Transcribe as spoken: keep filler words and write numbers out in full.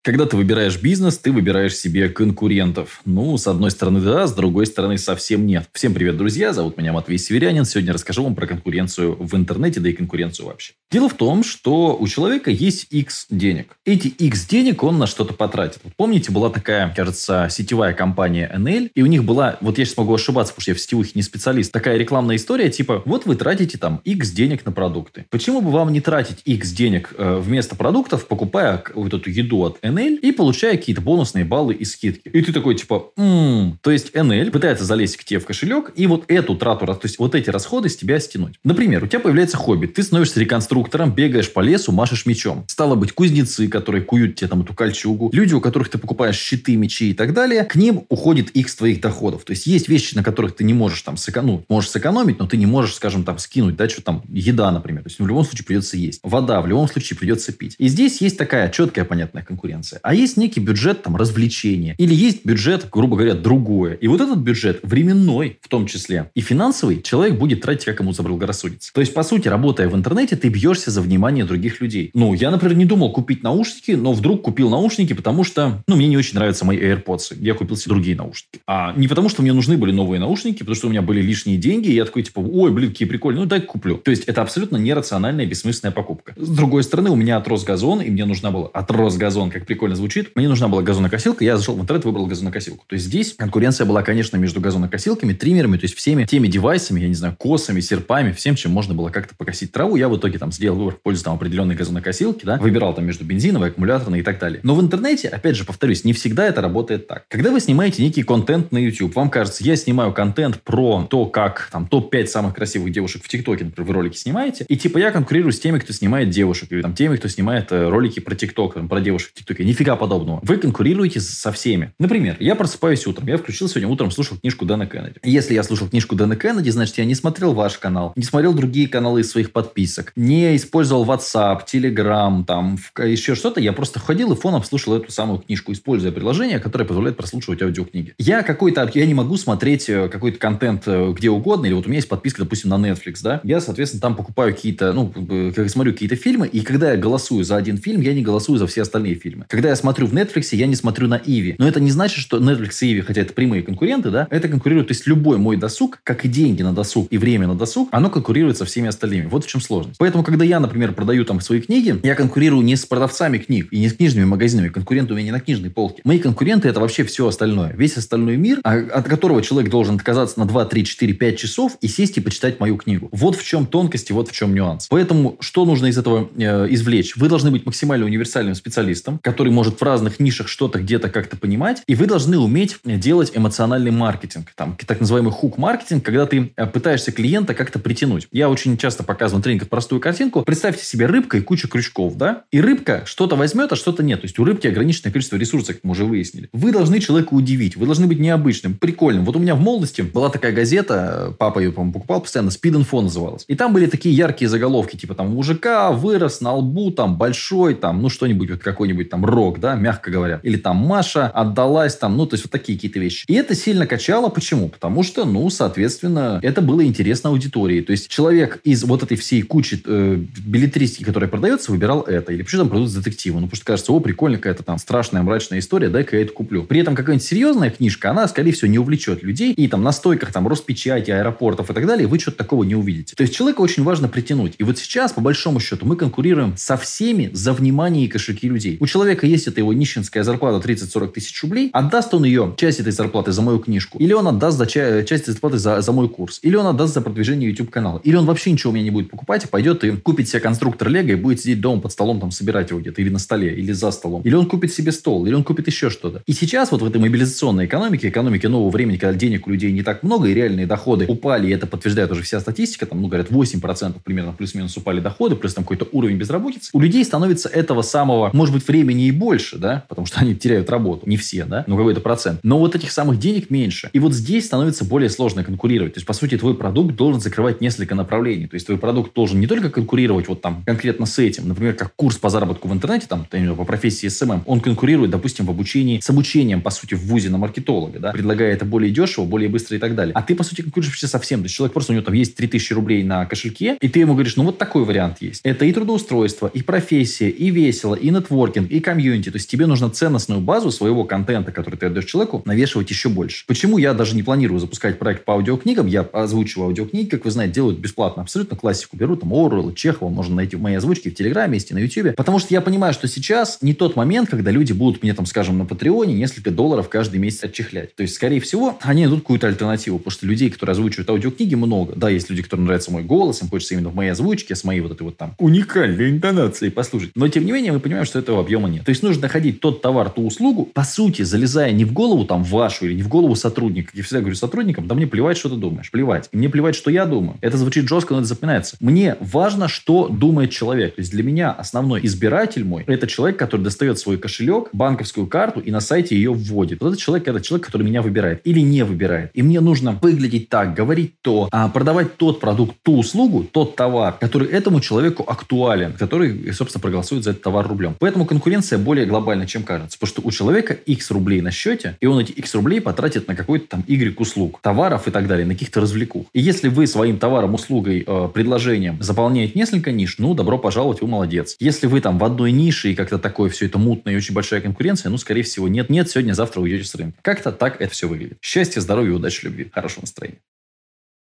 Когда ты выбираешь бизнес, ты выбираешь себе конкурентов. Ну, с одной стороны, да, с другой стороны, совсем нет. Всем привет, друзья. Зовут меня Матвей Северянин. Сегодня расскажу вам про конкуренцию в интернете, да и конкуренцию вообще. Дело в том, что у человека есть X денег. Эти X денег он на что-то потратит. Вот помните, была такая, кажется, сетевая компания эн эль, и у них была, вот я сейчас могу ошибаться, потому что я в сетевых не специалист, такая рекламная история, типа, вот вы тратите там X денег на продукты. Почему бы вам не тратить X денег э, вместо продуктов, покупая вот эту еду от эн эль и получая какие-то бонусные баллы и скидки? И ты такой, типа, м-м. То есть эн эль пытается залезть к тебе в кошелек и вот эту трату, то есть вот эти расходы с тебя стянуть. Например, у тебя появляется хобби, ты становишься реконструктором, бегаешь по лесу, машешь мечом. Стало быть, кузнецы, которые куют тебе там эту кольчугу, люди, у которых ты покупаешь щиты, мечи и так далее, к ним уходит X твоих доходов. То есть есть вещи, на которых ты не можешь там сэкономить, ну, можешь сэкономить, но ты не можешь, скажем, там скинуть, да, что там, еда, например. То есть в любом случае придется есть. Вода в любом случае придется пить. И здесь есть такая четкая, понятная конкуренция. А есть некий бюджет там развлечения. Или есть бюджет, грубо говоря, другое. И вот этот бюджет временной, в том числе, и финансовый, человек будет тратить, как ему заблагорассудится. То есть, по сути, работая в интернете, ты бьешься за внимание других людей. Ну, я, например, не думал купить наушники, но вдруг купил наушники, потому что, ну, мне не очень нравятся мои AirPods. Я купил себе другие наушники. А не потому, что мне нужны были новые наушники, потому что у меня были лишние деньги, и я такой, типа, ой, блин, какие прикольные, ну, дай куплю. То есть, это абсолютно нерациональная, бессмысленная покупка. С другой стороны, у меня отрос газон, и мне нужна была... Отрос газон, как прикольно звучит. Мне нужна была газонокосилка, я зашел в интернет, выбрал газонокосилку. То есть, здесь конкуренция была, конечно, между газонокосилками, триммерами, то есть, всеми теми девайсами, я не знаю, косами, серпами, всем, чем можно было как-то покосить траву. Я в итоге там сделал выбор в пользу там определенной газонокосилки, да, выбирал там между бензиновой, аккумуляторной и так далее. Но в интернете, опять же, повторюсь, не всегда это работает так. Когда вы снимаете некий контент на YouTube, вам кажется, я снимаю контент про то, как там топ пять самых красивых девушек в ТикТоке, например, вы ролики снимаете, и типа я конкурирую с теми, кто снимает девушек, или там теми, кто снимает э, ролики про ТикТок, про девушек в ТикТоке. Нифига подобного. Вы конкурируете со всеми. Например, я просыпаюсь утром, я включил сегодня утром, слушал книжку Дэна Кеннеди. Если я слушал книжку Дэна Кеннеди, значит, я не смотрел ваш канал, не смотрел другие каналы из своих подписок, не использовал WhatsApp, Telegram, там, еще что-то, я просто ходил и фоном слушал эту самую книжку, используя приложение, которое позволяет прослушивать аудиокниги. Я какой-то, я не могу смотреть какой-то контент где угодно, или вот у меня есть подписка, допустим, на Netflix, да, я, соответственно, там покупаю какие-то, ну, как я смотрю какие-то фильмы, и когда я голосую за один фильм, я не голосую за все остальные фильмы. Когда я смотрю в Netflix, я не смотрю на Иви. Но это не значит, что Netflix и Иви, хотя это прямые конкуренты, да, это конкурирует, то есть любой мой досуг, как и деньги на досуг и время на досуг, оно конкурирует со всеми остальными. Вот в чем сложность. Поэтому, когда я, например, продаю там свои книги, я конкурирую не с продавцами книг и не с книжными магазинами. Конкуренты у меня не на книжной полке. Мои конкуренты — это вообще все остальное. Весь остальной мир, от которого человек должен отказаться на два, три, четыре, пять часов и сесть и почитать мою книгу. Вот в чем тонкости, вот в чем нюанс. Поэтому, что нужно из этого э, извлечь? Вы должны быть максимально универсальным специалистом, который может в разных нишах что-то где-то как-то понимать, и вы должны уметь делать эмоциональный маркетинг. Там, так называемый хук-маркетинг, когда ты пытаешься клиента как-то притянуть. Я очень часто показываю на тренингах простую картинку. Представьте себе рыбка и куча крючков, да? И рыбка что-то возьмет, а что-то нет. То есть у рыбки ограниченное количество ресурсов, как мы уже выяснили. Вы должны человека удивить. Вы должны быть необычным, прикольным. Вот у меня в молодости была такая газета, папа ее, по-моему, покупал постоянно, Speed-Info называлась. И там были такие яркие заголовки, типа там мужика вырос на лбу, там большой, там, ну что-нибудь, вот какой-нибудь там рог, да, мягко говоря. Или там Маша отдалась, там, ну, то есть вот такие какие-то вещи. И это сильно качало. Почему? Потому что, ну, соответственно, это было интересно аудитории. То есть человек из вот этой всей кучи э, беллетристики, которая продается, выбирал это. Или почему там продают детективы? Ну, потому что кажется, о, прикольно, какая-то там страшная, мрачная история, дай-ка я это куплю. При этом какая-нибудь серьезная книжка, она, скорее всего, не увлечет людей. И там на стойках там Роспечати, аэропортов и так далее вы что-то такого не увидите. То есть человека очень важно притянуть. И вот сейчас, по большому счету, мы конкурируем со всеми за внимание и кошельки людей. У человека есть эта его нищенская зарплата тридцать-сорок тысяч рублей. Отдаст он ее, часть этой зарплаты, за мою книжку. Или он отдаст за ча- часть зарплаты за, за мой курс. Или он отдаст за продвижение YouTube-канала. Или он вообще ничего у меня не будет покупать, а пойдет и купит себе конструктор Лего и будет сидеть дома под столом, там, собирать его где-то. Или на столе, или за столом. Или он купит себе стол, или он купит еще что-то. И сейчас вот в этой мобилизационной экономике, экономике нового времени, когда денег у людей не так много, и реальные доходы упали, и это подтверждает уже вся статистика, там, ну, говорят, восемь процентов примерно плюс-минус упали доходы, плюс там какой-то уровень безработицы. У людей становится этого самого, может быть, времени и больше, да, потому что они теряют работу. Не все, да, но какой-то процент. Но вот этих самых денег меньше. И вот здесь становится более сложно конкурировать. То есть, по сути, твой продукт должен закрывать несколько направлений. То есть, твой продукт должен не только конкурировать вот там конкретно с этим, например, как курс по заработку в интернете, там, по профессии эс эм эм, он конкурирует, допустим, в обучении, с обучением, по сути, в вузе на маркетолога, да, предлагая это более дешево, более быстро и так далее. А ты, по сути, конкурируешь вообще совсем. То есть, человек просто, у него там есть три тысячи рублей на кошельке, и ты ему говоришь, ну, вот такой вариант есть. Это и трудоустройство, и профессия, и весело, и нетворкинг, и комьюнити. То есть тебе нужно ценностную базу своего контента, который ты отдаешь человеку, навешивать еще больше. Почему я даже не планирую запускать проект по аудиокнигам? Я озвучиваю аудиокниги, как вы знаете, делают бесплатно абсолютно, классику беру, там Оруэлла, Чехова, можно найти в моей озвучке в Телеграме, есть и на Ютубе. Потому что я понимаю, что сейчас не тот момент, когда люди будут мне, там, скажем, на Патреоне несколько долларов каждый месяц отчехлять. То есть, скорее всего, они найдут какую-то альтернативу, потому что людей, которые озвучивают аудиокниги, много. Да, есть люди, которым нравится мой голос, им хочется именно в моей озвучке, с моей вот этой вот там уникальной интонацией послушать. Но, тем не менее, мы понимаем, что этого объема нет. То есть, нужно находить тот товар, ту услугу, по сути, залезая не в голову там вашу или не в голову сотрудника. Как я всегда говорю сотрудникам, да мне плевать, что ты думаешь. Плевать. И мне плевать, что я думаю. Это звучит жестко, но это запоминается. Мне важно, что думает человек. То есть, для меня основной избиратель мой – это человек, который достает свой кошелек, банковскую карту и на сайте ее вводит. Вот этот человек – это человек, который меня выбирает или не выбирает. И мне нужно выглядеть так, говорить то, а продавать тот продукт, ту услугу, тот товар, который этому человеку актуален, который, собственно, проголосует за этот товар рублем. Поэтому конкуренция более глобальна, чем кажется. Потому что у человека X рублей на счете, и он эти X рублей потратит на какой-то там Y услуг, товаров и так далее, на каких-то развлекух. И если вы своим товаром, услугой, э, предложением заполняете несколько ниш, ну, добро пожаловать, вы молодец. Если вы там в одной нише и как-то такое все это мутно и очень большая конкуренция, ну, скорее всего, нет, нет, сегодня, завтра уйдете с рынка. Как-то так это все выглядит. Счастья, здоровья, удачи, любви, хорошего настроения.